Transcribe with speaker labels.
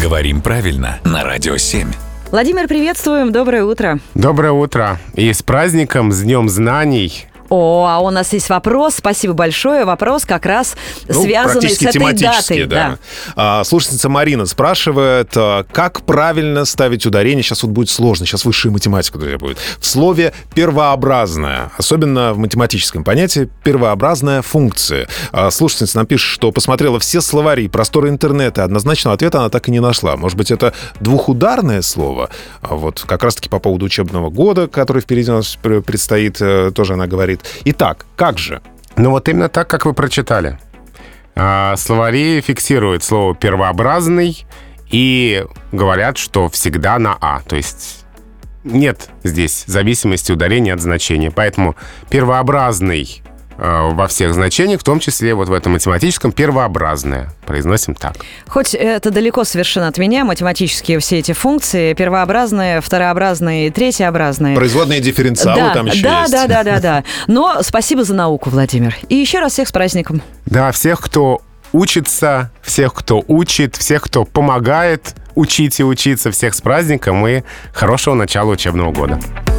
Speaker 1: Говорим правильно на Радио 7.
Speaker 2: Владимир, приветствуем. Доброе утро.
Speaker 3: Доброе утро. И с праздником, с Днем знаний.
Speaker 2: А у нас есть вопрос. Спасибо большое. Вопрос как раз связанный с этой датой.
Speaker 4: Да. Слушательница Марина спрашивает, как правильно ставить ударение, сейчас вот будет сложно, сейчас высшая математика, друзья, будет, в слове «первообразное», особенно в математическом понятии «первообразная функция». Слушательница нам пишет, что посмотрела все словари, просторы интернета, однозначного ответа она так и не нашла. Может быть, это двухударное слово? Вот как раз-таки по поводу учебного года, который впереди у нас предстоит, тоже она говорит. Итак, как же?
Speaker 3: Ну вот именно так, как вы прочитали. Словари фиксируют слово «первообразный» и говорят, что всегда на «а». То есть нет здесь зависимости ударения от значения. Поэтому «первообразный» во всех значениях, в том числе вот в этом математическом, первообразное. Произносим так.
Speaker 2: Хоть это далеко совершенно от меня, математические все эти функции, первообразные, второобразные, третьеобразные.
Speaker 4: Производные дифференциалы там еще есть.
Speaker 2: Да. Но спасибо за науку, Владимир. И еще раз всех с праздником.
Speaker 3: Да, всех, кто учится, всех, кто учит, всех, кто помогает учить и учиться, всех с праздником и хорошего начала учебного года.